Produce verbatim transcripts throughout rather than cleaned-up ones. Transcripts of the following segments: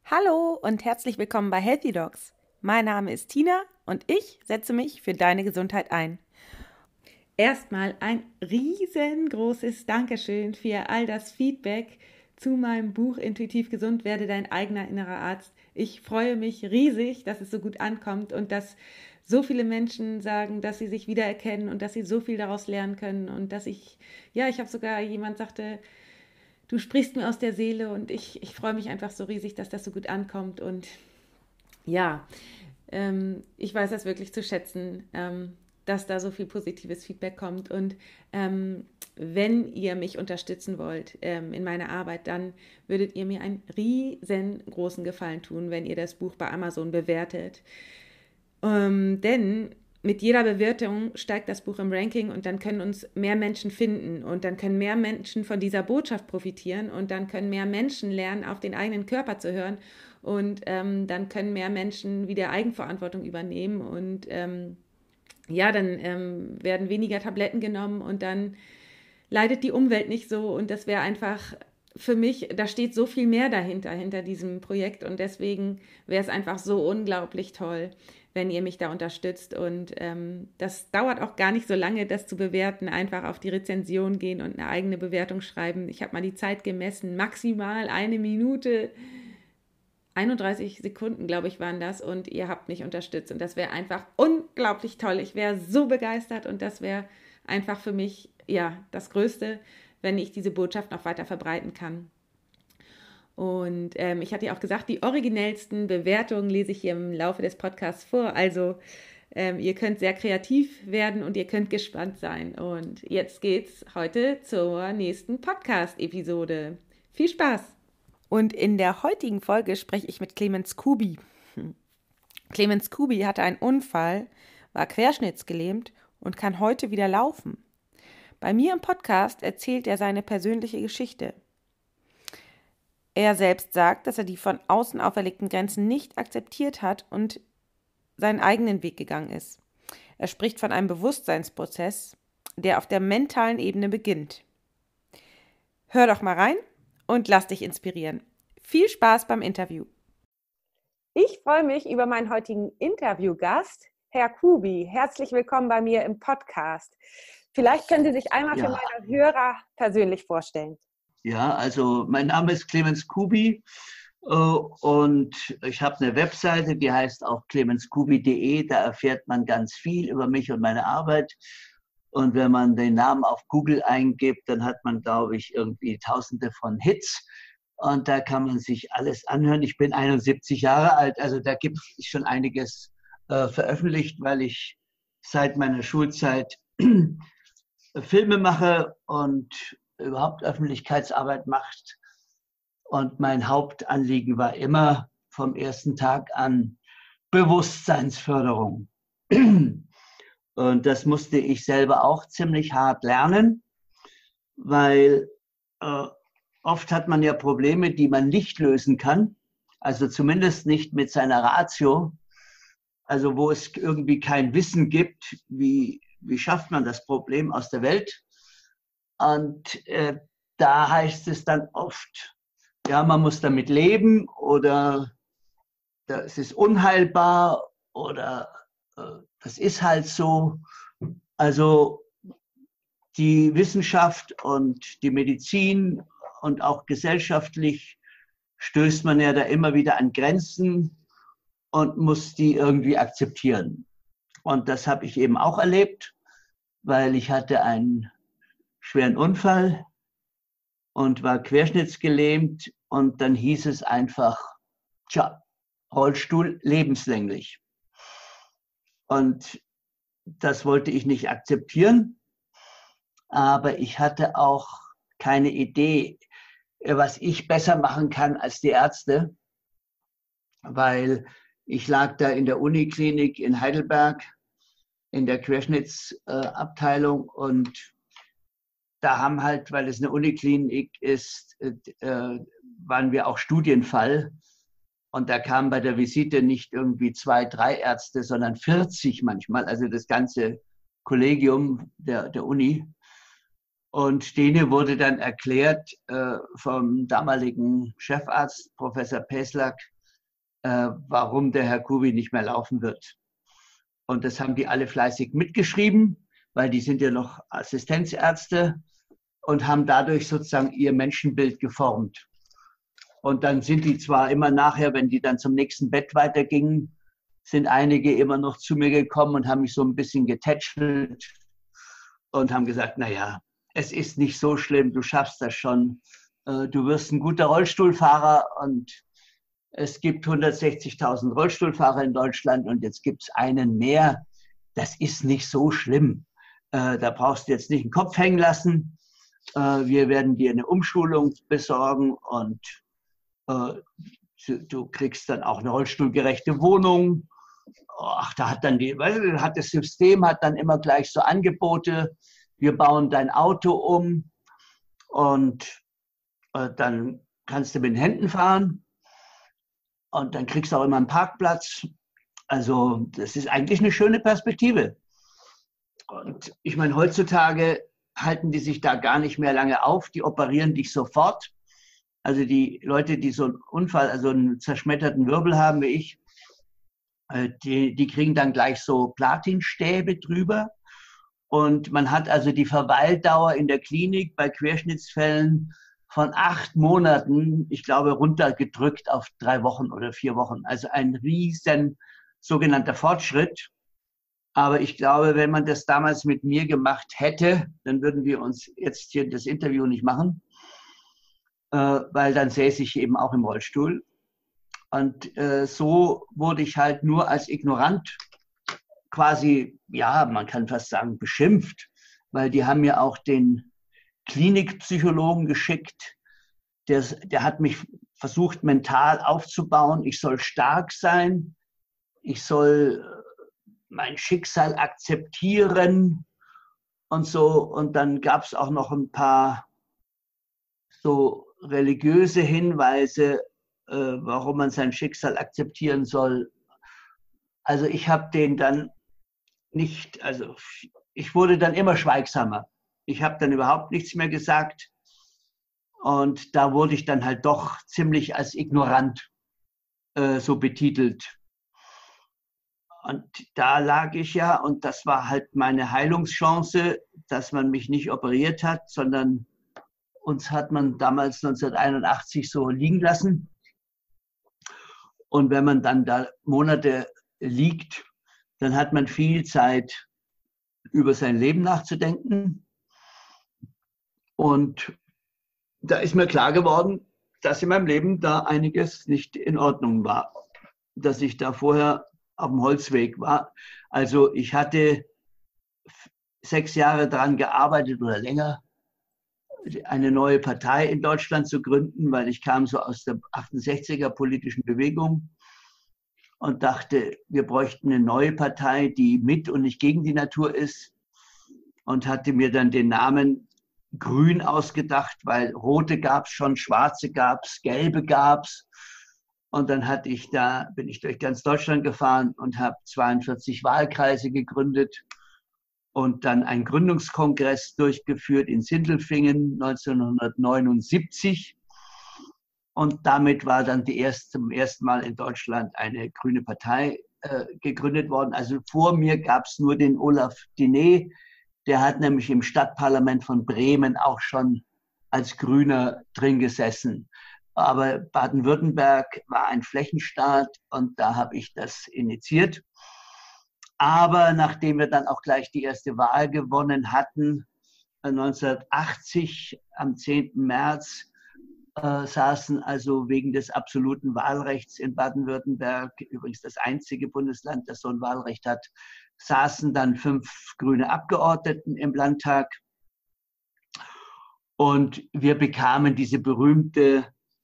Hallo und herzlich willkommen bei Healthy Dogs. Mein Name ist Tina und ich setze mich für deine Gesundheit ein. Erstmal ein riesengroßes Dankeschön für all das Feedback zu meinem Buch Intuitiv gesund, werde dein eigener innerer Arzt. Ich freue mich riesig, dass es so gut ankommt und dass so viele Menschen sagen, dass sie sich wiedererkennen und dass sie so viel daraus lernen können und dass ich, ja, ich habe sogar, jemand sagte, du sprichst mir aus der Seele und ich, ich freue mich einfach so riesig, dass das so gut ankommt und ja, ähm, ich weiß das wirklich zu schätzen, ähm, dass da so viel positives Feedback kommt. Und ähm, wenn ihr mich unterstützen wollt ähm, in meiner Arbeit, dann würdet ihr mir einen riesengroßen Gefallen tun, wenn ihr das Buch bei Amazon bewertet. Ähm, denn mit jeder Bewertung steigt das Buch im Ranking und dann können uns mehr Menschen finden und dann können mehr Menschen von dieser Botschaft profitieren und dann können mehr Menschen lernen, auf den eigenen Körper zu hören und ähm, dann können mehr Menschen wieder Eigenverantwortung übernehmen und ähm, ja, dann ähm, werden weniger Tabletten genommen und dann leidet die Umwelt nicht so und das wäre einfach für mich, da steht so viel mehr dahinter, hinter diesem Projekt und deswegen wäre es einfach so unglaublich toll, wenn ihr mich da unterstützt und ähm, das dauert auch gar nicht so lange, das zu bewerten, einfach auf die Rezension gehen und eine eigene Bewertung schreiben. Ich habe mal die Zeit gemessen, maximal eine Minute, einunddreißig Sekunden, glaube ich, waren das und ihr habt mich unterstützt und das wäre einfach unglaublich toll. Ich wäre so begeistert und das wäre einfach für mich, ja, das Größte, wenn ich diese Botschaft noch weiter verbreiten kann. Und ähm, ich hatte ja auch gesagt, die originellsten Bewertungen lese ich hier im Laufe des Podcasts vor. Also ähm, ihr könnt sehr kreativ werden und ihr könnt gespannt sein. Und jetzt geht's heute zur nächsten Podcast-Episode. Viel Spaß! Und in der heutigen Folge spreche ich mit Clemens Kubi. Clemens Kubi hatte einen Unfall, war querschnittsgelähmt und kann heute wieder laufen. Bei mir im Podcast erzählt er seine persönliche Geschichte. Er selbst sagt, dass er die von außen auferlegten Grenzen nicht akzeptiert hat und seinen eigenen Weg gegangen ist. Er spricht von einem Bewusstseinsprozess, der auf der mentalen Ebene beginnt. Hör doch mal rein und lass dich inspirieren. Viel Spaß beim Interview. Ich freue mich über meinen heutigen Interviewgast, Herr Kubi. Herzlich willkommen bei mir im Podcast. Vielleicht können Sie sich einmal Ja. für meine Hörer persönlich vorstellen. Ja, also mein Name ist Clemens Kubi äh, und ich habe eine Webseite, die heißt auch clemens kubi punkt de. Da erfährt man ganz viel über mich und meine Arbeit. Und wenn man den Namen auf Google eingibt, dann hat man, glaube ich, irgendwie tausende von Hits. Und da kann man sich alles anhören. Ich bin einundsiebzig Jahre alt, also da gibt es schon einiges äh, veröffentlicht, weil ich seit meiner Schulzeit Filme mache und überhaupt Öffentlichkeitsarbeit macht. Und mein Hauptanliegen war immer vom ersten Tag an Bewusstseinsförderung. Und das musste ich selber auch ziemlich hart lernen, weil äh, oft hat man ja Probleme, die man nicht lösen kann, also zumindest nicht mit seiner Ratio, also wo es irgendwie kein Wissen gibt, wie, wie schafft man das Problem aus der Welt. Und äh, da heißt es dann oft, ja, man muss damit leben oder es ist unheilbar oder äh, das ist halt so. Also die Wissenschaft und die Medizin und auch gesellschaftlich stößt man ja da immer wieder an Grenzen und muss die irgendwie akzeptieren. Und das habe ich eben auch erlebt, weil ich hatte einen schweren Unfall und war querschnittsgelähmt und dann hieß es einfach, tja, Rollstuhl lebenslänglich. Und das wollte ich nicht akzeptieren, aber ich hatte auch keine Idee, was ich besser machen kann als die Ärzte, weil ich lag da in der Uniklinik in Heidelberg in der Querschnittsabteilung und da haben halt, weil es eine Uniklinik ist, äh, waren wir auch Studienfall. Und da kamen bei der Visite nicht irgendwie zwei, drei Ärzte, sondern vierzig manchmal, also das ganze Kollegium der, der Uni. Und denen wurde dann erklärt äh, vom damaligen Chefarzt, Professor Peslak, äh, warum der Herr Kubi nicht mehr laufen wird. Und das haben die alle fleißig mitgeschrieben, weil die sind ja noch Assistenzärzte und haben dadurch sozusagen ihr Menschenbild geformt. Und dann sind die zwar immer nachher, wenn die dann zum nächsten Bett weitergingen, sind einige immer noch zu mir gekommen und haben mich so ein bisschen getätschelt und haben gesagt, naja, es ist nicht so schlimm, du schaffst das schon, du wirst ein guter Rollstuhlfahrer und es gibt hundertsechzigtausend Rollstuhlfahrer in Deutschland und jetzt gibt es einen mehr. Das ist nicht so schlimm. Da brauchst du jetzt nicht den Kopf hängen lassen. Wir werden dir eine Umschulung besorgen und du kriegst dann auch eine rollstuhlgerechte Wohnung. Ach, da hat dann die, hat das System hat dann immer gleich so Angebote. Wir bauen dein Auto um und äh, dann kannst du mit den Händen fahren und dann kriegst du auch immer einen Parkplatz. Also das ist eigentlich eine schöne Perspektive. Und ich meine, heutzutage halten die sich da gar nicht mehr lange auf. Die operieren dich sofort. Also die Leute, die so einen Unfall, also einen zerschmetterten Wirbel haben wie ich, die, die kriegen dann gleich so Platinstäbe drüber. Und man hat also die Verweildauer in der Klinik bei Querschnittsfällen von acht Monaten, ich glaube, runtergedrückt auf drei Wochen oder vier Wochen. Also ein riesen sogenannter Fortschritt. Aber ich glaube, wenn man das damals mit mir gemacht hätte, dann würden wir uns jetzt hier das Interview nicht machen, äh, weil dann säße ich eben auch im Rollstuhl. Und äh, so wurde ich halt nur als ignorant quasi, ja, man kann fast sagen, beschimpft, weil die haben mir auch den Klinikpsychologen geschickt, der, der hat mich versucht, mental aufzubauen. Ich soll stark sein, ich soll mein Schicksal akzeptieren und so. Und dann gab es auch noch ein paar so religiöse Hinweise, äh, warum man sein Schicksal akzeptieren soll. Also ich habe den dann nicht, also ich wurde dann immer schweigsamer. Ich habe dann überhaupt nichts mehr gesagt und da wurde ich dann halt doch ziemlich als ignorant äh, so betitelt. Und da lag ich ja und das war halt meine Heilungschance, dass man mich nicht operiert hat, sondern uns hat man damals neunzehnhunderteinundachtzig so liegen lassen. Und wenn man dann da Monate liegt, dann hat man viel Zeit, über sein Leben nachzudenken. Und da ist mir klar geworden, dass in meinem Leben da einiges nicht in Ordnung war. Dass ich da vorher auf dem Holzweg war. Also ich hatte sechs Jahre daran gearbeitet oder länger, eine neue Partei in Deutschland zu gründen, weil ich kam so aus der achtundsechziger politischen Bewegung und dachte, wir bräuchten eine neue Partei, die mit und nicht gegen die Natur ist, und hatte mir dann den Namen Grün ausgedacht, weil rote gab es schon, schwarze gab es, gelbe gab es. Und dann hatte ich da, bin ich durch ganz Deutschland gefahren und habe zweiundvierzig Wahlkreise gegründet und dann einen Gründungskongress durchgeführt in Sindelfingen neunzehnhundertneunundsiebzig. Und damit war dann die erste, zum ersten Mal in Deutschland eine grüne Partei äh, gegründet worden. Also vor mir gab es nur den Olaf Diné, der hat nämlich im Stadtparlament von Bremen auch schon als Grüner drin gesessen. Aber Baden-Württemberg war ein Flächenstaat und da habe ich das initiiert. Aber nachdem wir dann auch gleich die erste Wahl gewonnen hatten, neunzehnhundertachtzig am zehnten März, äh, saßen also wegen des absoluten Wahlrechts in Baden-Württemberg, übrigens das einzige Bundesland, das so ein Wahlrecht hat, saßen dann fünf grüne Abgeordneten im Landtag. Und wir bekamen diese berühmte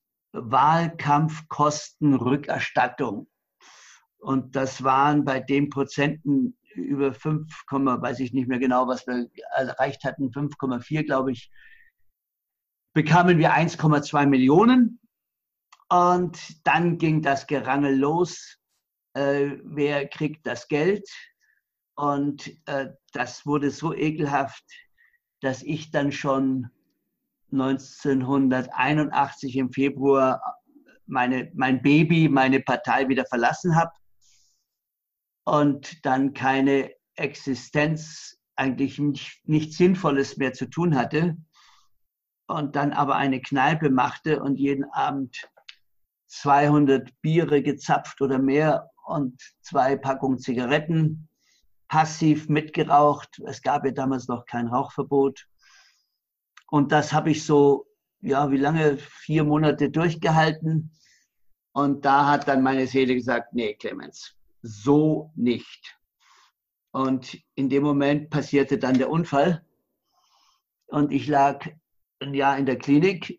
Wahlkampfkostenrückerstattung. Und das waren bei den Prozenten über fünf, weiß ich nicht mehr genau, was wir erreicht hatten, fünf Komma vier, glaube ich, bekamen wir eins Komma zwei Millionen. Und dann ging das Gerangel los. Äh, wer kriegt das Geld? Und äh, das wurde so ekelhaft, dass ich dann schon neunzehnhunderteinundachtzig im Februar meine, mein Baby, meine Partei wieder verlassen habe und dann keine Existenz, eigentlich nicht, nichts Sinnvolles mehr zu tun hatte und dann aber eine Kneipe machte und jeden Abend zweihundert Biere gezapft oder mehr und zwei Packungen Zigaretten, passiv mitgeraucht. Es gab ja damals noch kein Rauchverbot. Und das habe ich so, ja, wie lange? Vier Monate durchgehalten. Und da hat dann meine Seele gesagt, nee, Clemens, so nicht. Und in dem Moment passierte dann der Unfall. Und ich lag ein Jahr in der Klinik.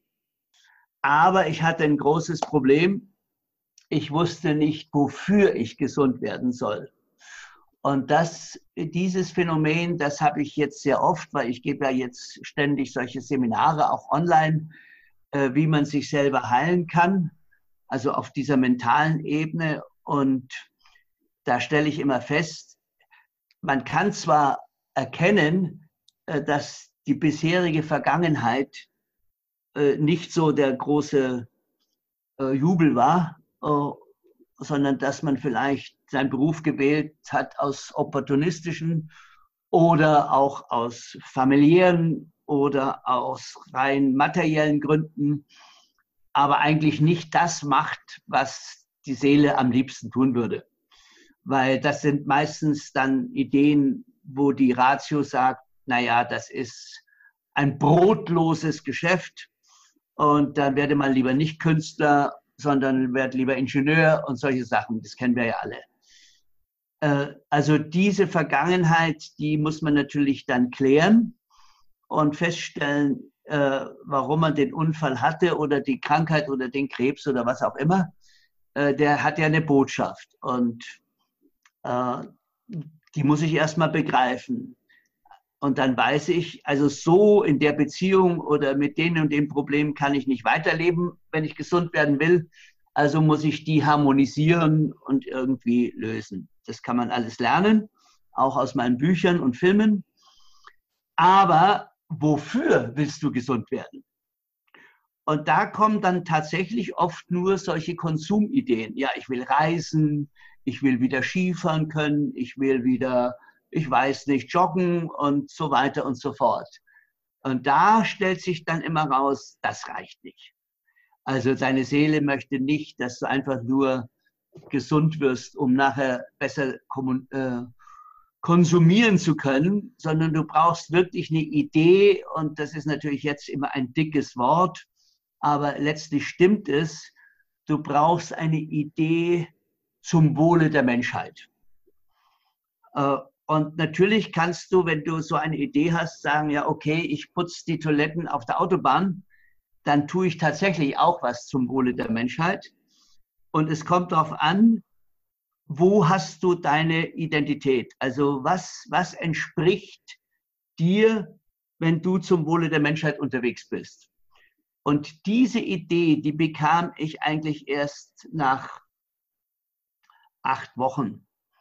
Aber ich hatte ein großes Problem. Ich wusste nicht, wofür ich gesund werden soll. Und das, dieses Phänomen, das habe ich jetzt sehr oft, weil ich gebe ja jetzt ständig solche Seminare, auch online, äh, wie man sich selber heilen kann, also auf dieser mentalen Ebene. Und da stelle ich immer fest, man kann zwar erkennen, äh, dass die bisherige Vergangenheit äh, nicht so der große äh, Jubel war, äh, sondern dass man vielleicht seinen Beruf gewählt hat aus opportunistischen oder auch aus familiären oder aus rein materiellen Gründen, aber eigentlich nicht das macht, was die Seele am liebsten tun würde. Weil das sind meistens dann Ideen, wo die Ratio sagt, naja, das ist ein brotloses Geschäft und dann werde man lieber nicht Künstler, sondern werde lieber Ingenieur und solche Sachen. Das kennen wir ja alle. Äh, also diese Vergangenheit, die muss man natürlich dann klären und feststellen, äh, warum man den Unfall hatte oder die Krankheit oder den Krebs oder was auch immer. Äh, der hat ja eine Botschaft und äh, die muss ich erstmal begreifen. Und dann weiß ich, also so in der Beziehung oder mit denen und den Problemen kann ich nicht weiterleben, wenn ich gesund werden will. Also muss ich die harmonisieren und irgendwie lösen. Das kann man alles lernen, auch aus meinen Büchern und Filmen. Aber wofür willst du gesund werden? Und da kommen dann tatsächlich oft nur solche Konsumideen. Ja, ich will reisen, ich will wieder Skifahren können, ich will wieder, ich weiß nicht, joggen und so weiter und so fort. Und da stellt sich dann immer raus, das reicht nicht. Also deine Seele möchte nicht, dass du einfach nur gesund wirst, um nachher besser äh, konsumieren zu können, sondern du brauchst wirklich eine Idee und das ist natürlich jetzt immer ein dickes Wort, aber letztlich stimmt es, du brauchst eine Idee zum Wohle der Menschheit. Äh, Und natürlich kannst du, wenn du so eine Idee hast, sagen, ja, okay, ich putze die Toiletten auf der Autobahn, dann tue ich tatsächlich auch was zum Wohle der Menschheit. Und es kommt darauf an, wo hast du deine Identität? Also was, was entspricht dir, wenn du zum Wohle der Menschheit unterwegs bist? Und diese Idee, die bekam ich eigentlich erst nach acht Wochen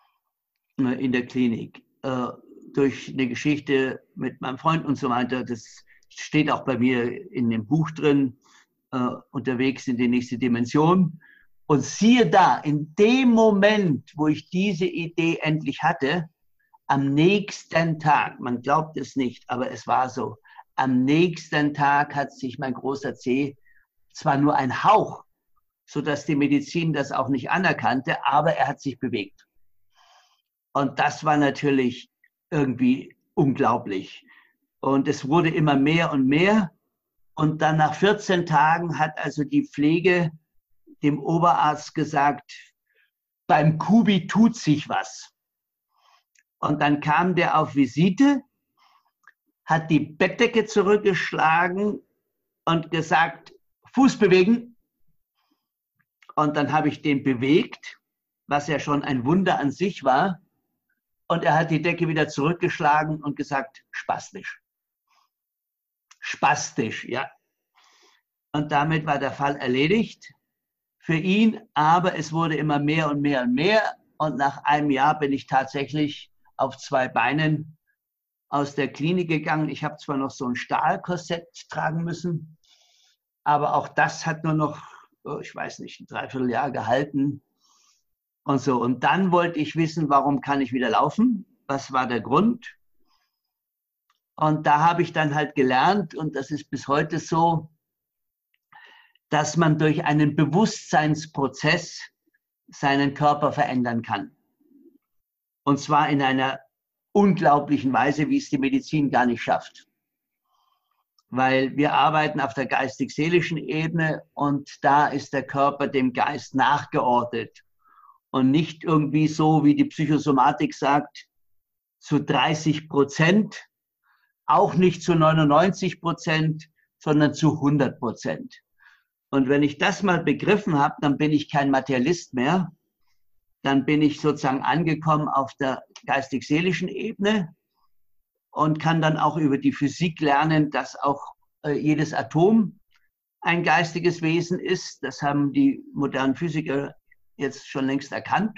in der Klinik, äh, durch eine Geschichte mit meinem Freund und so weiter. Das steht auch bei mir in dem Buch drin, äh, unterwegs in die nächste Dimension. Und siehe da, in dem Moment, wo ich diese Idee endlich hatte, am nächsten Tag, man glaubt es nicht, aber es war so, am nächsten Tag hat sich mein großer Zeh zwar nur ein Hauch, sodass die Medizin das auch nicht anerkannte, aber er hat sich bewegt. Und das war natürlich irgendwie unglaublich. Und es wurde immer mehr und mehr. Und dann nach vierzehn Tagen hat also die Pflege dem Oberarzt gesagt, beim Kubi tut sich was. Und dann kam der auf Visite, hat die Bettdecke zurückgeschlagen und gesagt, Fuß bewegen. Und dann habe ich den bewegt, was ja schon ein Wunder an sich war. Und er hat die Decke wieder zurückgeschlagen und gesagt, spastisch. Spastisch, ja. Und damit war der Fall erledigt für ihn, aber es wurde immer mehr und mehr und mehr. Und nach einem Jahr bin ich tatsächlich auf zwei Beinen aus der Klinik gegangen. Ich habe zwar noch so ein Stahlkorsett tragen müssen, aber auch das hat nur noch oh, ich weiß nicht, ein Dreivierteljahr gehalten und so. Und dann wollte ich wissen, warum kann ich wieder laufen? Was war der Grund? Und da habe ich dann halt gelernt, und das ist bis heute so, dass man durch einen Bewusstseinsprozess seinen Körper verändern kann. Und zwar in einer unglaublichen Weise, wie es die Medizin gar nicht schafft. Weil wir arbeiten auf der geistig-seelischen Ebene und da ist der Körper dem Geist nachgeordnet und nicht irgendwie so, wie die Psychosomatik sagt, zu dreißig Prozent, auch nicht zu neunundneunzig Prozent, sondern zu hundert Prozent. Und wenn ich das mal begriffen habe, dann bin ich kein Materialist mehr. Dann bin ich sozusagen angekommen auf der geistig-seelischen Ebene und kann dann auch über die Physik lernen, dass auch äh, jedes Atom ein geistiges Wesen ist. Das haben die modernen Physiker jetzt schon längst erkannt,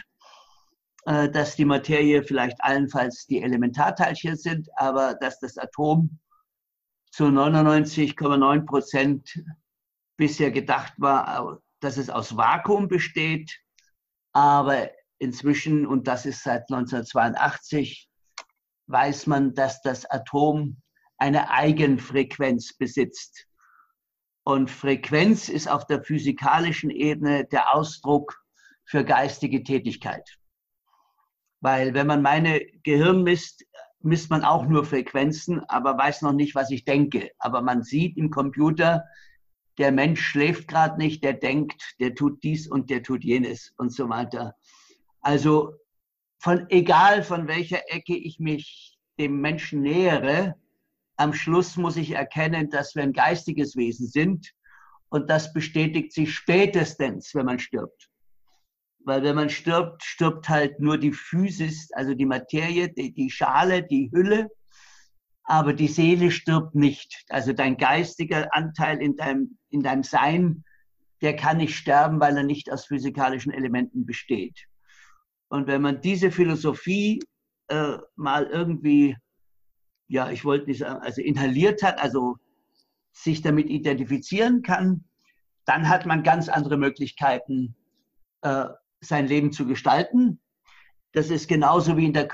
äh, dass die Materie vielleicht allenfalls die Elementarteilchen sind, aber dass das Atom zu neunundneunzig Komma neun Prozent bisher gedacht war, dass es aus Vakuum besteht. Aber inzwischen, und das ist seit neunzehnhundertzweiundachtzig, weiß man, dass das Atom eine Eigenfrequenz besitzt. Und Frequenz ist auf der physikalischen Ebene der Ausdruck für geistige Tätigkeit. Weil wenn man meine Gehirn misst, misst man auch nur Frequenzen, aber weiß noch nicht, was ich denke. Aber man sieht im Computer, der Mensch schläft gerade nicht, der denkt, der tut dies und der tut jenes und so weiter. Also von, egal von welcher Ecke ich mich dem Menschen nähere, am Schluss muss ich erkennen, dass wir ein geistiges Wesen sind und das bestätigt sich spätestens, wenn man stirbt. Weil wenn man stirbt, stirbt halt nur die Physis, also die Materie, die, die Schale, die Hülle, aber die Seele stirbt nicht. Also dein geistiger Anteil in deinem, in deinem Sein, der kann nicht sterben, weil er nicht aus physikalischen Elementen besteht. Und wenn man diese Philosophie äh, mal irgendwie, ja, ich wollte nicht sagen, also inhaliert hat, also sich damit identifizieren kann, dann hat man ganz andere Möglichkeiten, äh, sein Leben zu gestalten. Das ist genauso wie in der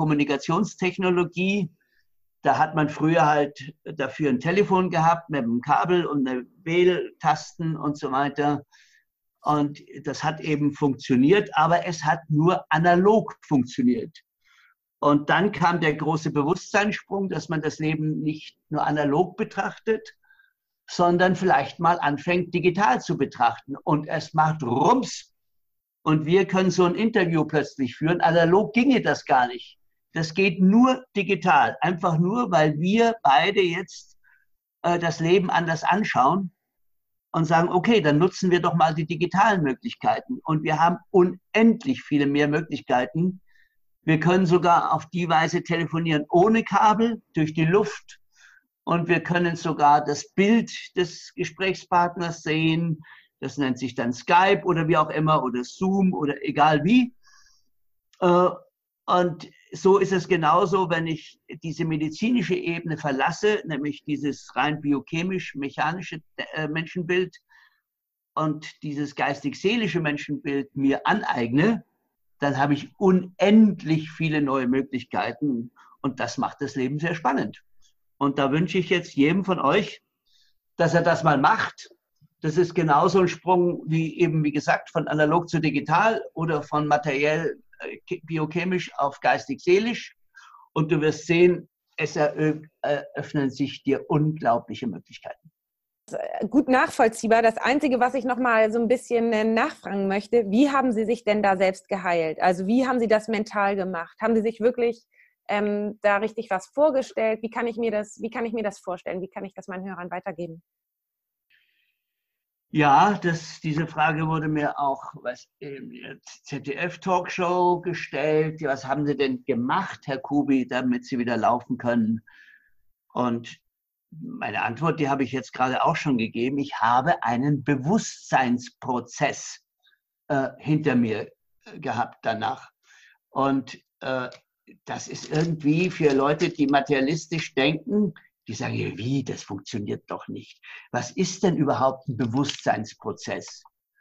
Kommunikationstechnologie. Da hat man früher halt dafür ein Telefon gehabt mit einem Kabel und eine Wähltasten und so weiter. Und das hat eben funktioniert, aber es hat nur analog funktioniert. Und dann kam der große Bewusstseinssprung, dass man das Leben nicht nur analog betrachtet, sondern vielleicht mal anfängt, digital zu betrachten. Und es macht Rums. Und wir können so ein Interview plötzlich führen. Analog ginge das gar nicht. Das geht nur digital. Einfach nur, weil wir beide jetzt äh, das Leben anders anschauen und sagen, okay, dann nutzen wir doch mal die digitalen Möglichkeiten. Und wir haben unendlich viele mehr Möglichkeiten. Wir können sogar auf die Weise telefonieren ohne Kabel, durch die Luft. Und wir können sogar das Bild des Gesprächspartners sehen. Das nennt sich dann Skype oder wie auch immer oder Zoom oder egal wie. Und so ist es genauso, wenn ich diese medizinische Ebene verlasse, nämlich dieses rein biochemisch-mechanische Menschenbild und dieses geistig-seelische Menschenbild mir aneigne, dann habe ich unendlich viele neue Möglichkeiten und das macht das Leben sehr spannend. Und da wünsche ich jetzt jedem von euch, dass er das mal macht. Das ist genauso ein Sprung wie eben, wie gesagt, von analog zu digital oder von materiell biochemisch auf geistig-seelisch. Und du wirst sehen, es eröffnen sich dir unglaubliche Möglichkeiten. Gut nachvollziehbar. Das Einzige, was ich noch mal so ein bisschen nachfragen möchte, wie haben Sie sich denn da selbst geheilt? Also wie haben Sie das mental gemacht? Haben Sie sich wirklich ähm, da richtig was vorgestellt? Wie kann ich mir das, wie kann ich mir das vorstellen? Wie kann ich das meinen Hörern weitergeben? Ja, das, diese Frage wurde mir auch was, in der Z D F-Talkshow gestellt. Was haben Sie denn gemacht, Herr Kubi, damit Sie wieder laufen können? Und meine Antwort, die habe ich jetzt gerade auch schon gegeben. Ich habe einen Bewusstseinsprozess äh, hinter mir gehabt danach. Und äh, das ist irgendwie für Leute, die materialistisch denken, die sagen, wie, das funktioniert doch nicht. Was ist denn überhaupt ein Bewusstseinsprozess?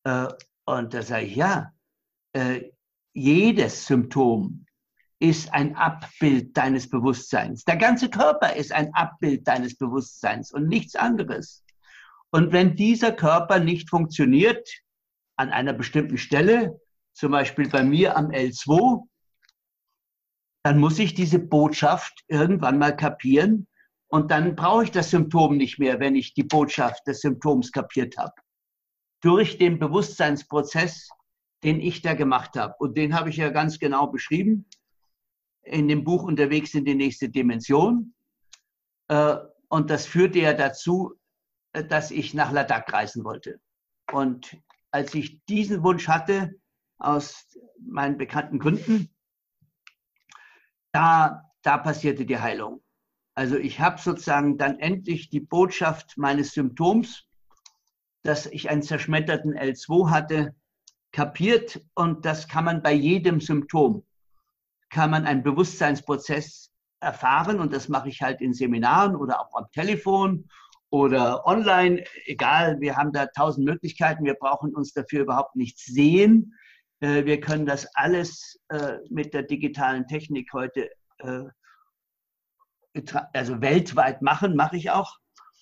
Äh, und da sage ich, ja, äh, jedes Symptom ist ein Abbild deines Bewusstseins. Der ganze Körper ist ein Abbild deines Bewusstseins und nichts anderes. Und wenn dieser Körper nicht funktioniert, an einer bestimmten Stelle, zum Beispiel bei mir am L zwei, dann muss ich diese Botschaft irgendwann mal kapieren und dann brauche ich das Symptom nicht mehr, wenn ich die Botschaft des Symptoms kapiert habe. Durch den Bewusstseinsprozess, den ich da gemacht habe. Und den habe ich ja ganz genau beschrieben in dem Buch Unterwegs in die nächste Dimension. Und das führte ja dazu, dass ich nach Ladakh reisen wollte. Und als ich diesen Wunsch hatte, aus meinen bekannten Gründen, da, da passierte die Heilung. Also ich habe sozusagen dann endlich die Botschaft meines Symptoms, dass ich einen zerschmetterten L zwei hatte, kapiert. Und das kann man bei jedem Symptom, kann man einen Bewusstseinsprozess erfahren. Und das mache ich halt in Seminaren oder auch am Telefon oder online, egal, wir haben da tausend Möglichkeiten, wir brauchen uns dafür überhaupt nichts sehen. Wir können das alles mit der digitalen Technik heute, also weltweit machen, mache ich auch.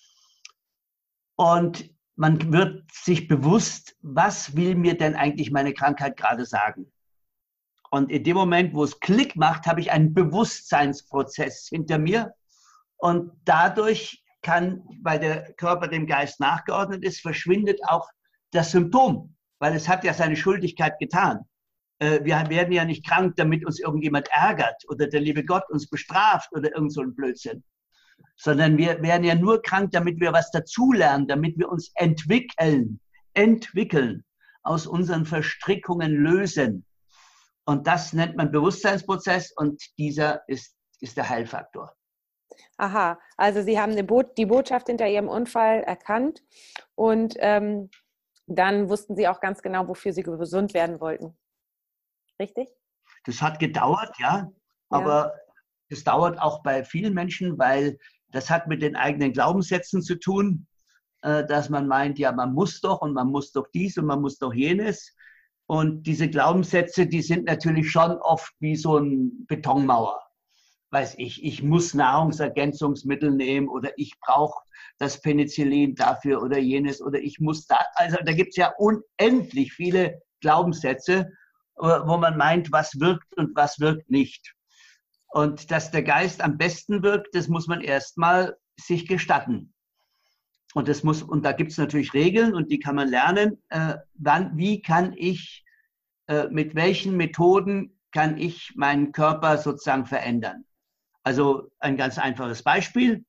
Und man wird sich bewusst, was will mir denn eigentlich meine Krankheit gerade sagen? Und in dem Moment, wo es Klick macht, habe ich einen Bewusstseinsprozess hinter mir. Und dadurch kann, weil der Körper dem Geist nachgeordnet ist, verschwindet auch das Symptom, weil es hat ja seine Schuldigkeit getan. Wir werden ja nicht krank, damit uns irgendjemand ärgert oder der liebe Gott uns bestraft oder irgend so ein Blödsinn, sondern wir werden ja nur krank, damit wir was dazulernen, damit wir uns entwickeln, entwickeln, aus unseren Verstrickungen lösen. Und das nennt man Bewusstseinsprozess und dieser ist, ist der Heilfaktor. Aha, also Sie haben eine Bo- die Botschaft hinter Ihrem Unfall erkannt und ähm, dann wussten Sie auch ganz genau, wofür Sie gesund werden wollten. Richtig? Das hat gedauert, ja, aber es ja. dauert auch bei vielen Menschen, weil das hat mit den eigenen Glaubenssätzen zu tun, dass man meint, ja, man muss doch und man muss doch dies und man muss doch jenes. Und diese Glaubenssätze, die sind natürlich schon oft wie so eine Betonmauer. Weiß ich, ich muss Nahrungsergänzungsmittel nehmen oder ich brauche das Penicillin dafür oder jenes oder ich muss da. Also da gibt es ja unendlich viele Glaubenssätze, wo man meint, was wirkt und was wirkt nicht. Und dass der Geist am besten wirkt, das muss man erstmal sich gestatten. Und, das muss, und da gibt es natürlich Regeln und die kann man lernen. Äh, wann, wie kann ich, äh, mit welchen Methoden kann ich meinen Körper sozusagen verändern? Also ein ganz einfaches Beispiel.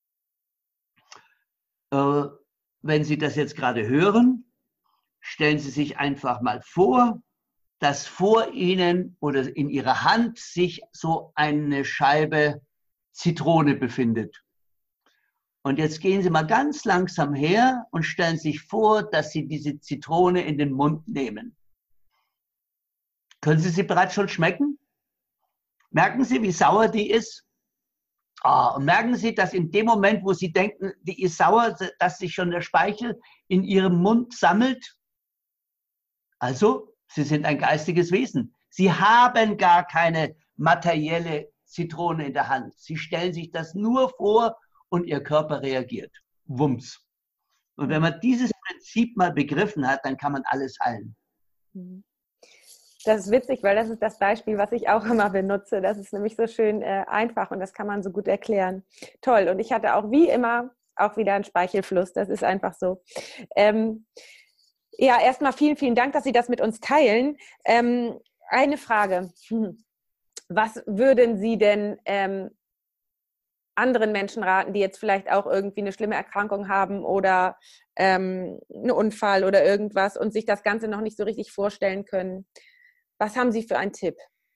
Äh, wenn Sie das jetzt gerade hören, stellen Sie sich einfach mal vor, dass vor Ihnen oder in Ihrer Hand sich so eine Scheibe Zitrone befindet. Und jetzt gehen Sie mal ganz langsam her und stellen sich vor, dass Sie diese Zitrone in den Mund nehmen. Können Sie sie bereits schon schmecken? Merken Sie, wie sauer die ist? Oh, und merken Sie, dass in dem Moment, wo Sie denken, die ist sauer, dass sich schon der Speichel in Ihrem Mund sammelt? Also, Sie sind ein geistiges Wesen. Sie haben gar keine materielle Zitrone in der Hand. Sie stellen sich das nur vor und Ihr Körper reagiert. Wumms. Und wenn man dieses Prinzip mal begriffen hat, dann kann man alles heilen. Das ist witzig, weil das ist das Beispiel, was ich auch immer benutze. Das ist nämlich so schön äh, einfach und das kann man so gut erklären. Toll. Und ich hatte auch wie immer auch wieder einen Speichelfluss. Das ist einfach so. Ähm, ja, erstmal vielen, vielen Dank, dass Sie das mit uns teilen. Ähm, eine Frage. Hm. Was würden Sie denn ähm, anderen Menschen raten, die jetzt vielleicht auch irgendwie eine schlimme Erkrankung haben oder ähm, einen Unfall oder irgendwas und sich das Ganze noch nicht so richtig vorstellen können? Was haben Sie für einen Tipp?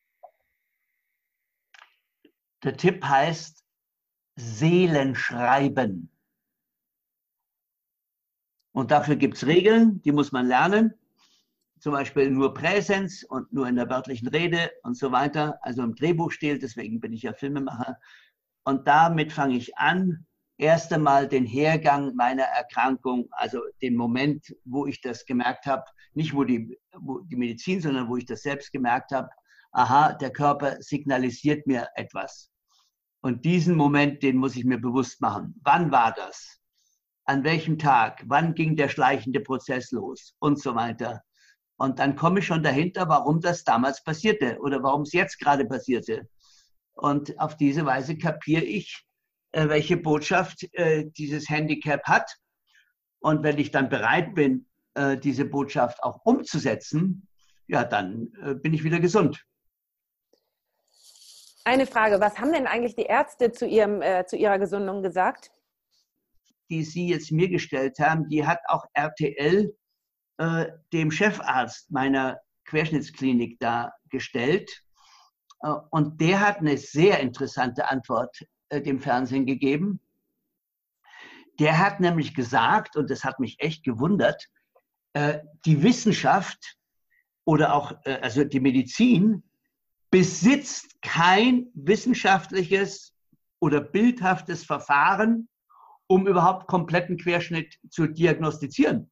Der Tipp heißt Seelenschreiben. Und dafür gibt es Regeln, die muss man lernen. Zum Beispiel nur Präsens und nur in der wörtlichen Rede und so weiter. Also im Drehbuchstil, deswegen bin ich ja Filmemacher. Und damit fange ich an, erst einmal den Hergang meiner Erkrankung, also den Moment, wo ich das gemerkt habe, nicht wo die, wo die Medizin, sondern wo ich das selbst gemerkt habe, aha, der Körper signalisiert mir etwas. Und diesen Moment, den muss ich mir bewusst machen. Wann war das? An welchem Tag? Wann ging der schleichende Prozess los? Und so weiter. Und dann komme ich schon dahinter, warum das damals passierte oder warum es jetzt gerade passierte. Und auf diese Weise kapiere ich, welche Botschaft dieses Handicap hat. Und wenn ich dann bereit bin, diese Botschaft auch umzusetzen, ja, dann bin ich wieder gesund. Eine Frage, was haben denn eigentlich die Ärzte zu, ihrem, äh, zu ihrer Gesundung gesagt? Die Sie jetzt mir gestellt haben, die hat auch R T L äh, dem Chefarzt meiner Querschnittsklinik da gestellt. Äh, und der hat eine sehr interessante Antwort äh, dem Fernsehen gegeben. Der hat nämlich gesagt, und das hat mich echt gewundert, äh, die Wissenschaft oder auch äh, also die Medizin besitzt kein wissenschaftliches oder bildhaftes Verfahren, um überhaupt kompletten Querschnitt zu diagnostizieren.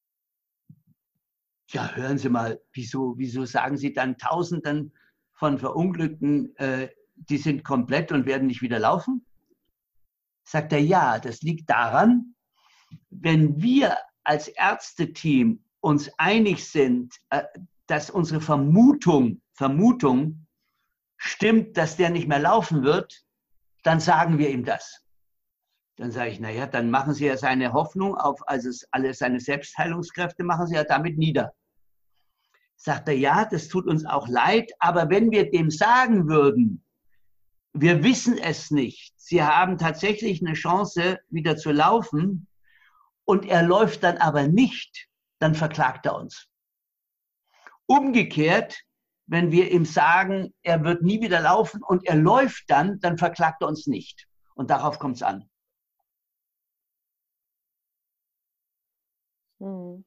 Ja, hören Sie mal, wieso, wieso sagen Sie dann Tausenden von Verunglückten, äh, die sind komplett und werden nicht wieder laufen? Sagt er, ja, das liegt daran, wenn wir als Ärzteteam uns einig sind, äh, dass unsere Vermutung, Vermutung stimmt, dass der nicht mehr laufen wird, dann sagen wir ihm das. Dann sage ich, naja, dann machen Sie ja seine Hoffnung auf, also alle seine Selbstheilungskräfte machen Sie ja damit nieder. Sagt er, ja, das tut uns auch leid, aber wenn wir dem sagen würden, wir wissen es nicht, Sie haben tatsächlich eine Chance, wieder zu laufen und er läuft dann aber nicht, dann verklagt er uns. Umgekehrt, wenn wir ihm sagen, er wird nie wieder laufen und er läuft dann, dann verklagt er uns nicht. Und darauf kommt es an. Hm.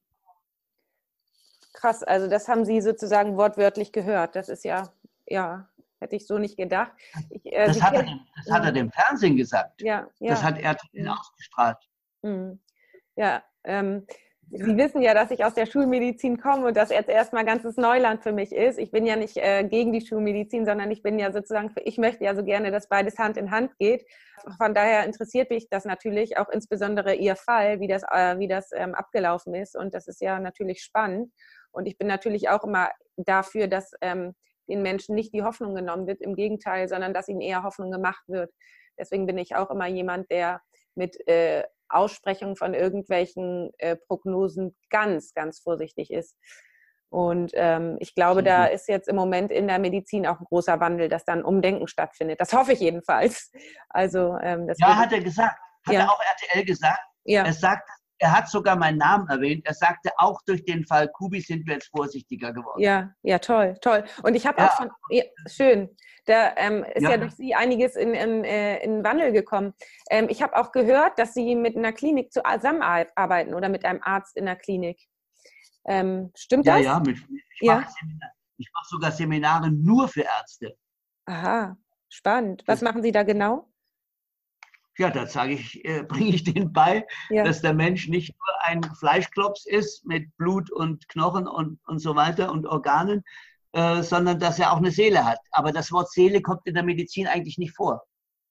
Krass, also das haben Sie sozusagen wortwörtlich gehört. Das ist ja, ja, hätte ich so nicht gedacht. Ich, äh, das hat, er dem, das hat er dem Fernsehen gesagt. Ja, ja. Das hat er mhm. ausgestrahlt. Mhm. Ja, ähm, Sie wissen ja, dass ich aus der Schulmedizin komme und das jetzt erstmal ganzes Neuland für mich ist. Ich bin ja nicht äh, gegen die Schulmedizin, sondern ich bin ja sozusagen, ich möchte ja so gerne, dass beides Hand in Hand geht. Von daher interessiert mich das natürlich, auch insbesondere Ihr Fall, wie das, äh, wie das ähm, abgelaufen ist. Und das ist ja natürlich spannend. Und ich bin natürlich auch immer dafür, dass ähm, den Menschen nicht die Hoffnung genommen wird, im Gegenteil, sondern dass ihnen eher Hoffnung gemacht wird. Deswegen bin ich auch immer jemand, der mit äh, Aussprechung von irgendwelchen äh, Prognosen ganz, ganz vorsichtig ist. Und ähm, ich glaube, da ist jetzt im Moment in der Medizin auch ein großer Wandel, dass dann Umdenken stattfindet. Das hoffe ich jedenfalls. Also, ähm, ja, hat er gesagt. Hat ja. er auch R T L gesagt. Ja. Er sagt, er hat sogar meinen Namen erwähnt. Er sagte, auch durch den Fall Kubi sind wir jetzt vorsichtiger geworden. Ja, ja, toll, toll. Und ich habe ja. auch von, ja, schön, da ähm, ist ja. ja durch Sie einiges in, in, in Wandel gekommen. Ähm, ich habe auch gehört, dass Sie mit einer Klinik zusammenarbeiten oder mit einem Arzt in der Klinik. Ähm, stimmt ja, das? Ja, mit, ich ja. mache mach sogar Seminare nur für Ärzte. Aha, spannend. Was das, machen Sie da genau? Ja, da sage ich, äh, bringe ich denen bei, ja. dass der Mensch nicht nur ein Fleischklops ist mit Blut und Knochen und, und so weiter und Organen, äh, sondern dass er auch eine Seele hat. Aber das Wort Seele kommt in der Medizin eigentlich nicht vor.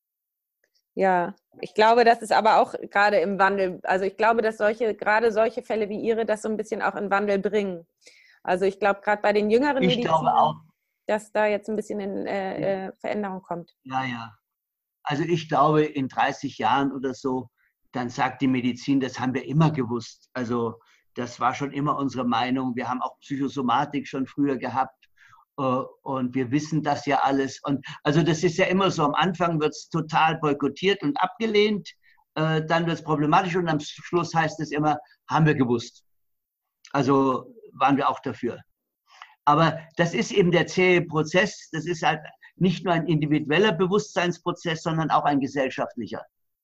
Ja, ich glaube, das ist aber auch gerade im Wandel. Also ich glaube, dass solche, gerade solche Fälle wie Ihre das so ein bisschen auch in Wandel bringen. Also ich glaube, gerade bei den jüngeren ich Medizinern, dass da jetzt ein bisschen in äh, äh, Veränderung kommt. Ja, ja. Also ich glaube, in dreißig Jahren oder so, dann sagt die Medizin, das haben wir immer gewusst. Also das war schon immer unsere Meinung. Wir haben auch Psychosomatik schon früher gehabt und wir wissen das ja alles. Und also das ist ja immer so, am Anfang wird es total boykottiert und abgelehnt, dann wird es problematisch und am Schluss heißt es immer, haben wir gewusst. Also waren wir auch dafür. Aber das ist eben der zähe Prozess, das ist halt nicht nur ein individueller Bewusstseinsprozess, sondern auch ein gesellschaftlicher.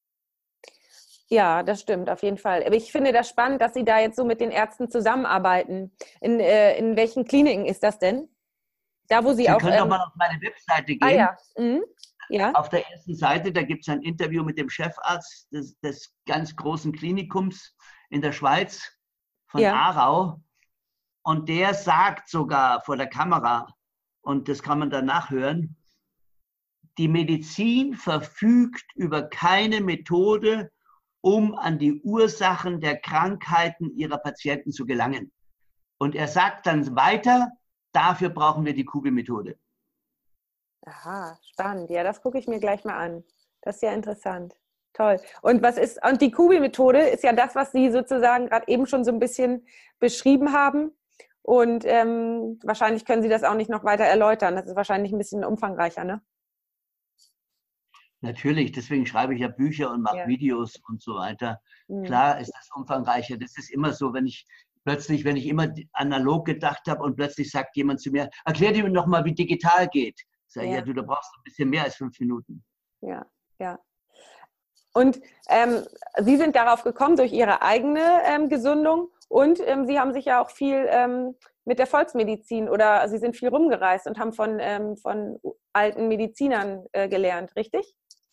Ja, das stimmt, auf jeden Fall. Aber ich finde das spannend, dass Sie da jetzt so mit den Ärzten zusammenarbeiten. In, äh, in welchen Kliniken ist das denn? Da, wo Sie, Sie auch... Sie können ähm, doch mal auf meine Webseite gehen. Ah, ja. Mhm. Ja, Auf der ersten Seite, da gibt es ein Interview mit dem Chefarzt des, des ganz großen Klinikums in der Schweiz von ja. Aarau. Und der sagt sogar vor der Kamera, und das kann man dann nachhören, die Medizin verfügt über keine Methode, um an die Ursachen der Krankheiten ihrer Patienten zu gelangen. Und er sagt dann weiter, dafür brauchen wir die Kubi-Methode. Aha, spannend. Ja, das gucke ich mir gleich mal an. Das ist ja interessant. Toll. Und was ist, und die Kubi-Methode ist ja das, was Sie sozusagen gerade eben schon so ein bisschen beschrieben haben. Und ähm, wahrscheinlich können Sie das auch nicht noch weiter erläutern. Das ist wahrscheinlich ein bisschen umfangreicher, ne? Natürlich, deswegen schreibe ich ja Bücher und mache Ja. Videos und so weiter. Mhm. Klar ist das umfangreicher. Das ist immer so, wenn ich plötzlich, wenn ich immer analog gedacht habe und plötzlich sagt jemand zu mir, erklär dir noch mal, wie digital geht. Sag ich, ja, Ja, du, da brauchst du ein bisschen mehr als fünf Minuten. ja, ja. Und ähm, Sie sind darauf gekommen durch Ihre eigene ähm, Gesundung und ähm, Sie haben sich ja auch viel ähm, mit der Volksmedizin oder Sie sind viel rumgereist und haben von, ähm, von alten Medizinern äh, gelernt, richtig?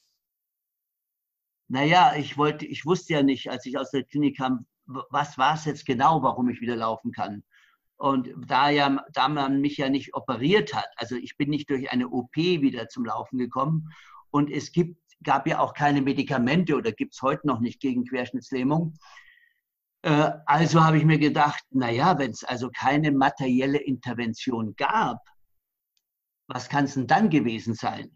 Naja, ich wollte, ich wusste ja nicht, als ich aus der Klinik kam, was war es jetzt genau, warum ich wieder laufen kann. Und da, ja, da man mich ja nicht operiert hat, also ich bin nicht durch eine O P wieder zum Laufen gekommen und es gibt, gab ja auch keine Medikamente oder gibt es heute noch nicht gegen Querschnittslähmung. Äh, also habe ich mir gedacht, naja, wenn es also keine materielle Intervention gab, was kann es denn dann gewesen sein?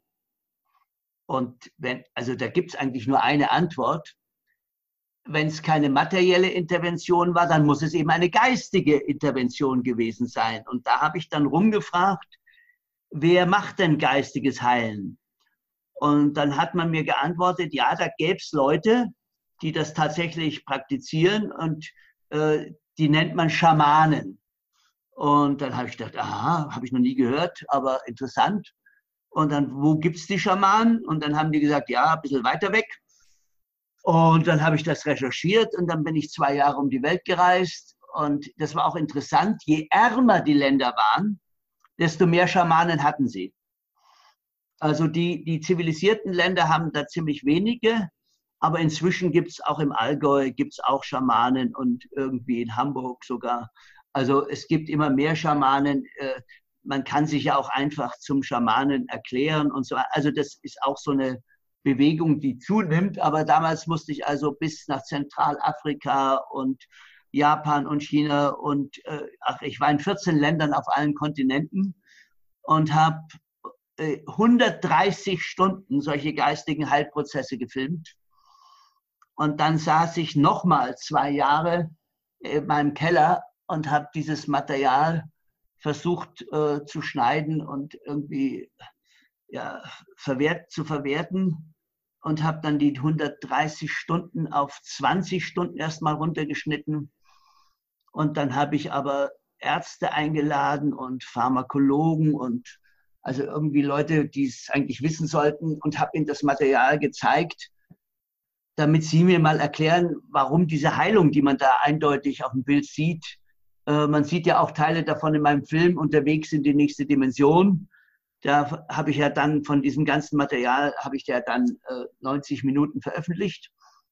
Und wenn, also da gibt es eigentlich nur eine Antwort. Wenn es keine materielle Intervention war, dann muss es eben eine geistige Intervention gewesen sein. Und da habe ich dann rumgefragt, wer macht denn geistiges Heilen? Und dann hat man mir geantwortet, ja, da gäbe es Leute, die das tatsächlich praktizieren und äh, die nennt man Schamanen. Und dann habe ich gedacht, aha, habe ich noch nie gehört, aber interessant. Und dann, wo gibt es die Schamanen? Und dann haben die gesagt, ja, ein bisschen weiter weg. Und dann habe ich das recherchiert und dann bin ich zwei Jahre um die Welt gereist. Und das war auch interessant. Je ärmer die Länder waren, desto mehr Schamanen hatten sie. Also die, die zivilisierten Länder haben da ziemlich wenige. Aber inzwischen gibt es auch im Allgäu, gibt es auch Schamanen und irgendwie in Hamburg sogar. Also es gibt immer mehr Schamanen. Man kann sich ja auch einfach zum Schamanen erklären und so. Also das ist auch so eine Bewegung, die zunimmt. Aber damals musste ich also bis nach Zentralafrika und Japan und China und äh, ach, ich war in vierzehn Ländern auf allen Kontinenten und habe äh, hundertdreißig Stunden solche geistigen Heilprozesse gefilmt. Und dann saß ich nochmal zwei Jahre in meinem Keller und habe dieses Material versucht äh, zu schneiden und irgendwie ja, verwehrt, zu verwerten und habe dann die hundertdreißig Stunden auf zwanzig Stunden erstmal runtergeschnitten. Und dann habe ich aber Ärzte eingeladen und Pharmakologen und also irgendwie Leute, die es eigentlich wissen sollten und habe ihnen das Material gezeigt, damit sie mir mal erklären, warum diese Heilung, die man da eindeutig auf dem Bild sieht, äh, man sieht ja auch Teile davon in meinem Film, Unterwegs in die nächste Dimension. Da habe ich ja dann von diesem ganzen Material, habe ich ja dann äh, neunzig Minuten veröffentlicht.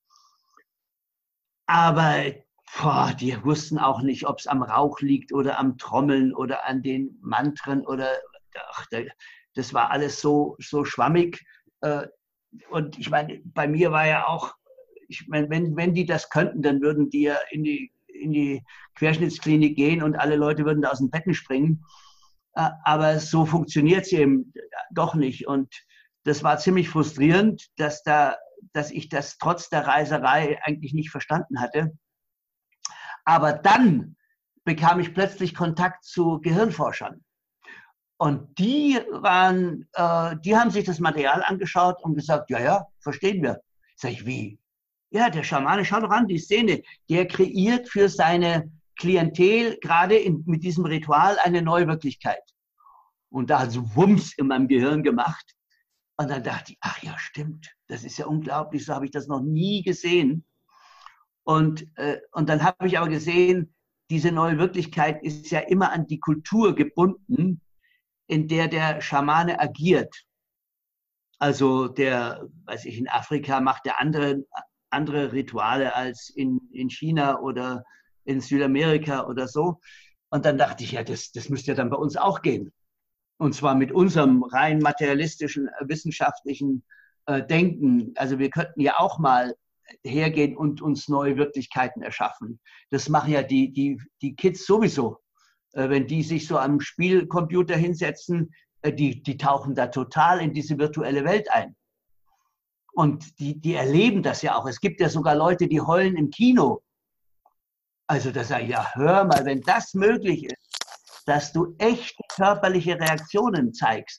Aber boah, die wussten auch nicht, ob es am Rauch liegt oder am Trommeln oder an den Mantren oder ach, das war alles so, so schwammig. Äh, Und ich meine, bei mir war ja auch, ich meine, wenn, wenn die das könnten, dann würden die ja in die, in die Querschnittsklinik gehen und alle Leute würden da aus den Betten springen. Aber so funktioniert es eben doch nicht. Und das war ziemlich frustrierend, dass, da, dass ich das trotz der Reiserei eigentlich nicht verstanden hatte. Aber dann bekam ich plötzlich Kontakt zu Gehirnforschern. Und die waren, äh, die haben sich das Material angeschaut und gesagt, ja, ja, verstehen wir. Sag ich, wie? Ja, der Schamane, schau doch an, die Szene. Der kreiert für seine Klientel gerade in, mit diesem Ritual eine neue Wirklichkeit. Und da hat so Wumms in meinem Gehirn gemacht. Und dann dachte ich, ach ja, stimmt. Das ist ja unglaublich, so habe ich das noch nie gesehen. Und, äh, und dann habe ich aber gesehen, diese neue Wirklichkeit ist ja immer an die Kultur gebunden, in der der Schamane agiert. Also der, weiß ich, in Afrika macht der andere, andere Rituale als in, in China oder in Südamerika oder so. Und dann dachte ich, ja, das, das müsste ja dann bei uns auch gehen. Und zwar mit unserem rein materialistischen, wissenschaftlichen äh, Denken. Also wir könnten ja auch mal hergehen und uns neue Wirklichkeiten erschaffen. Das machen ja die, die, die Kids sowieso. Äh, wenn die sich so am Spielcomputer hinsetzen, äh, die, die tauchen da total in diese virtuelle Welt ein. Und die, die erleben das ja auch. Es gibt ja sogar Leute, die heulen im Kino. Also da sage ich, ja, hör mal, wenn das möglich ist, dass du echte körperliche Reaktionen zeigst,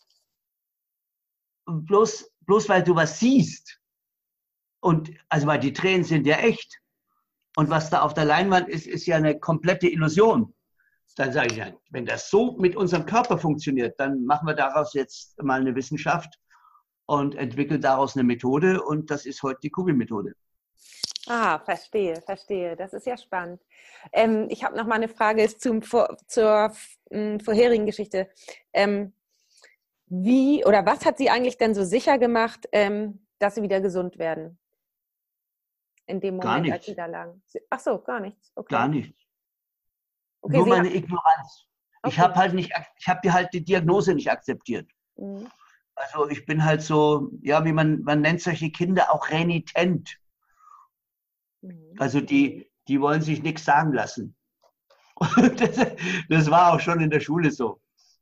bloß, bloß weil du was siehst, und also weil die Tränen sind ja echt, und was da auf der Leinwand ist, ist ja eine komplette Illusion. Dann sage ich, ja, wenn das so mit unserem Körper funktioniert, dann machen wir daraus jetzt mal eine Wissenschaft und entwickeln daraus eine Methode, und das ist heute die Kubi-Methode. Ah, verstehe, verstehe. Das ist ja spannend. Ähm, ich habe noch mal eine Frage zum, vor, zur m, vorherigen Geschichte. Ähm, wie oder was hat Sie eigentlich denn so sicher gemacht, ähm, dass Sie wieder gesund werden? In dem Gar Moment, als nichts. Sie da lagen. Ach so, gar nichts. Okay. Gar nichts. Okay, Nur Sie meine haben, Ignoranz. Ich okay. habe halt nicht, ich habe die halt die Diagnose nicht akzeptiert. Mhm. Also ich bin halt so, ja, wie man, man nennt solche Kinder auch renitent. Mhm. Also die, die wollen sich nichts sagen lassen. Das, das war auch schon in der Schule so.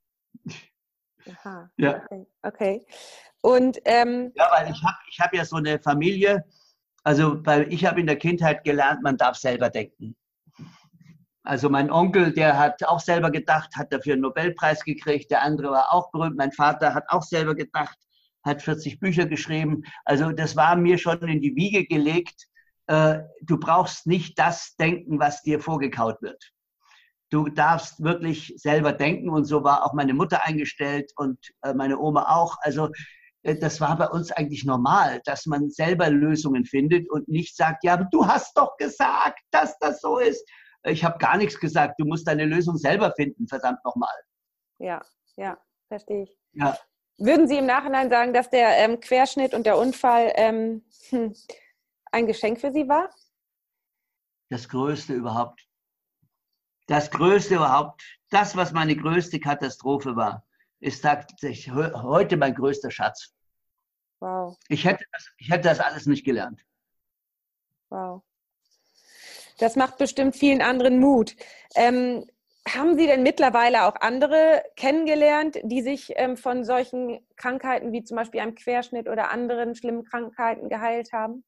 Aha. Ja, Okay. Okay. Und ähm, ja, weil ich habe ich hab ja so eine Familie, also weil ich habe in der Kindheit gelernt, man darf selber denken. Also mein Onkel, der hat auch selber gedacht, hat dafür einen Nobelpreis gekriegt, der andere war auch berühmt, mein Vater hat auch selber gedacht, hat vierzig Bücher geschrieben. Also das war mir schon in die Wiege gelegt, äh, du brauchst nicht das denken, was dir vorgekaut wird. Du darfst wirklich selber denken, und so war auch meine Mutter eingestellt und äh, meine Oma auch. Also äh, das war bei uns eigentlich normal, dass man selber Lösungen findet und nicht sagt, ja, aber du hast doch gesagt, dass das so ist. Ich habe gar nichts gesagt, du musst deine Lösung selber finden, verdammt nochmal. ja, ja, verstehe ich. Ja, Würden Sie im Nachhinein sagen, dass der ähm, Querschnitt und der Unfall ähm, hm, ein Geschenk für Sie war? das Größte überhaupt. Das Größte überhaupt. Das, was meine größte Katastrophe war, ist tatsächlich heute mein größter Schatz. Wow, Ich hätte das, ich hätte das alles nicht gelernt. wow. Das macht bestimmt vielen anderen Mut. Ähm, haben Sie denn mittlerweile auch andere kennengelernt, die sich ähm, von solchen Krankheiten wie zum Beispiel einem Querschnitt oder anderen schlimmen Krankheiten geheilt haben?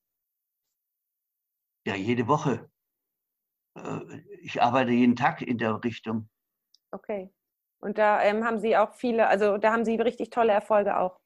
Ja, jede Woche. Ich arbeite jeden Tag in der Richtung. Okay. Und da ähm, haben Sie auch viele, also da haben Sie richtig tolle Erfolge auch.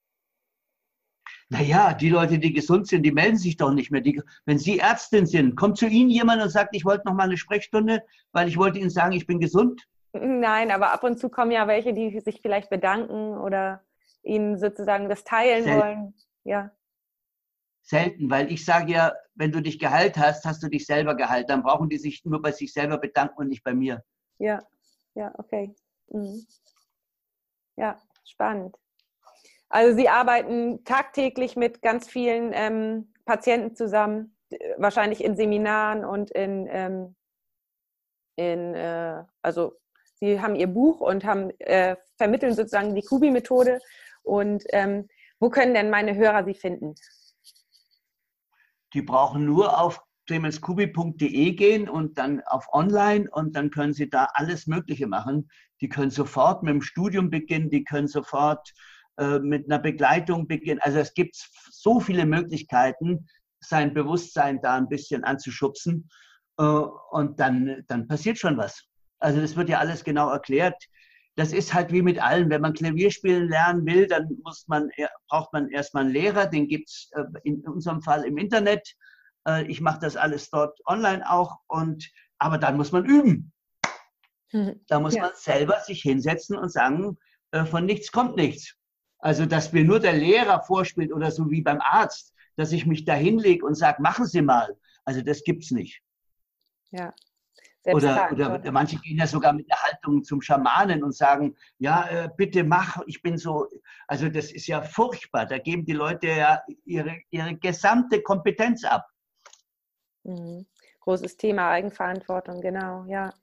Naja, die Leute, die gesund sind, die melden sich doch nicht mehr. Die, wenn Sie Ärztin sind, kommt zu Ihnen jemand und sagt, ich wollte noch mal eine Sprechstunde, weil ich wollte Ihnen sagen, ich bin gesund. Nein, aber ab und zu kommen ja welche, die sich vielleicht bedanken oder Ihnen sozusagen das teilen Selten, wollen. Ja, selten, weil ich sage ja, wenn du dich geheilt hast, hast du dich selber geheilt. Dann brauchen die sich nur bei sich selber bedanken und nicht bei mir. ja, ja, okay. Mhm. Ja, spannend. Also Sie arbeiten tagtäglich mit ganz vielen ähm, Patienten zusammen, wahrscheinlich in Seminaren und in, ähm, in äh, also Sie haben Ihr Buch und haben, äh, vermitteln sozusagen die Kubi-Methode. Und ähm, wo können denn meine Hörer Sie finden? Die brauchen nur auf clemenskubi punkt de gehen und dann auf Online, und dann können sie da alles Mögliche machen. Die können sofort mit dem Studium beginnen, die können sofort äh, mit einer Begleitung beginnen. Also es gibt so viele Möglichkeiten, sein Bewusstsein da ein bisschen anzuschubsen, äh, und dann, dann passiert schon was. Also das wird ja alles genau erklärt. Das ist halt wie mit allem. Wenn man Klavier spielen lernen will, dann muss man, braucht man erstmal einen Lehrer. Den gibt es in unserem Fall im Internet. Ich mache das alles dort online auch. Und, aber dann muss man üben. Da muss Ja. man selber sich hinsetzen und sagen, von nichts kommt nichts. Also, dass mir nur der Lehrer vorspielt oder so wie beim Arzt, dass ich mich da hinlege und sage, machen Sie mal. Also das gibt es nicht. Ja. Oder, oder manche gehen ja sogar mit der Haltung zum Schamanen und sagen, ja, äh, bitte mach, ich bin so, also das ist ja furchtbar, da geben die Leute ja ihre, ihre gesamte Kompetenz ab. Mhm. Großes Thema, Eigenverantwortung, genau, ja.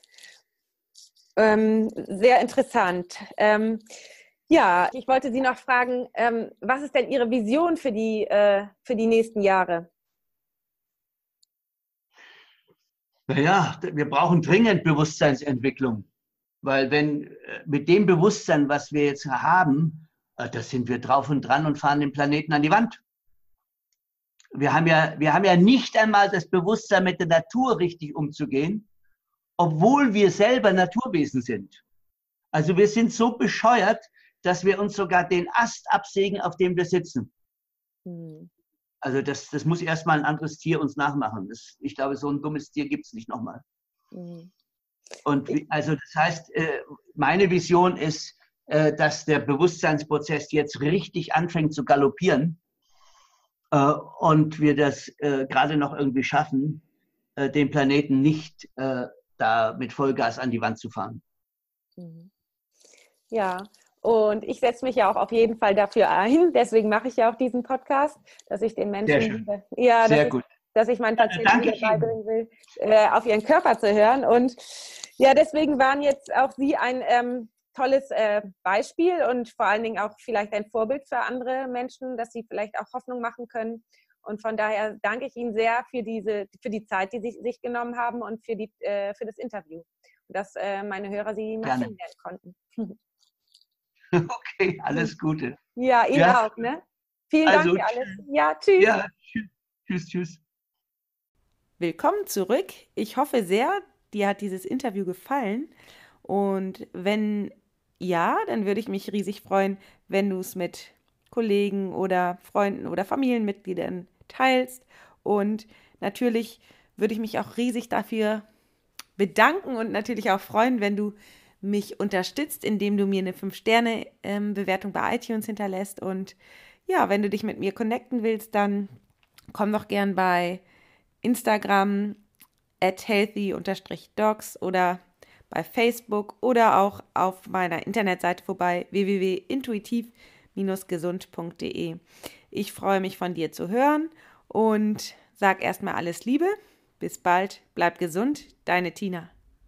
Ähm, sehr interessant. Ähm, ja, ich wollte Sie noch fragen, ähm, was ist denn Ihre Vision für die, äh, für die nächsten Jahre? Naja, wir brauchen dringend Bewusstseinsentwicklung, weil wenn mit dem Bewusstsein, was wir jetzt haben, da sind wir drauf und dran und fahren den Planeten an die Wand. Wir haben ja, wir haben ja nicht einmal das Bewusstsein, mit der Natur richtig umzugehen, obwohl wir selber Naturwesen sind. Also wir sind so bescheuert, dass wir uns sogar den Ast absägen, auf dem wir sitzen. Hm. Also das, das muss erstmal ein anderes Tier uns nachmachen. Das, ich glaube, so ein dummes Tier gibt es nicht nochmal. Hm. Und also das heißt, meine Vision ist, dass der Bewusstseinsprozess jetzt richtig anfängt zu galoppieren und wir das gerade noch irgendwie schaffen, den Planeten nicht da mit Vollgas an die Wand zu fahren. Ja, und ich setze mich ja auch auf jeden Fall dafür ein. Deswegen mache ich ja auch diesen Podcast, dass ich den Menschen, Sehr schön. ja, Sehr dass, gut. Ich, dass ich meinen Patienten wieder beibringen will, äh, auf ihren Körper zu hören. Und ja, deswegen waren jetzt auch Sie ein ähm, tolles äh, Beispiel und vor allen Dingen auch vielleicht ein Vorbild für andere Menschen, dass sie vielleicht auch Hoffnung machen können. Und von daher danke ich Ihnen sehr für diese, für die Zeit, die Sie sich genommen haben und für die, äh, für das Interview. Und dass äh, meine Hörer Sie mal kennenlernen konnten. Okay, alles Gute. Ja, Ihnen ja. auch, ne? Vielen also, Dank für alles. Ja, tschüss. Ja, tschüss, tschüss. Willkommen zurück. Ich hoffe sehr, dir hat dieses Interview gefallen. Und wenn ja, dann würde ich mich riesig freuen, wenn du es mit Kollegen oder Freunden oder Familienmitgliedern teilst. Und natürlich würde ich mich auch riesig dafür bedanken und natürlich auch freuen, wenn du mich unterstützt, indem du mir eine fünf Sterne Bewertung bei iTunes hinterlässt. Und ja, wenn du dich mit mir connecten willst, dann komm doch gern bei Instagram at healthy dogs oder bei Facebook oder auch auf meiner Internetseite vorbei w w w punkt intuitiv gesund punkt d e. Ich freue mich, von dir zu hören und sag erstmal alles Liebe. Bis bald, bleib gesund, deine Tina.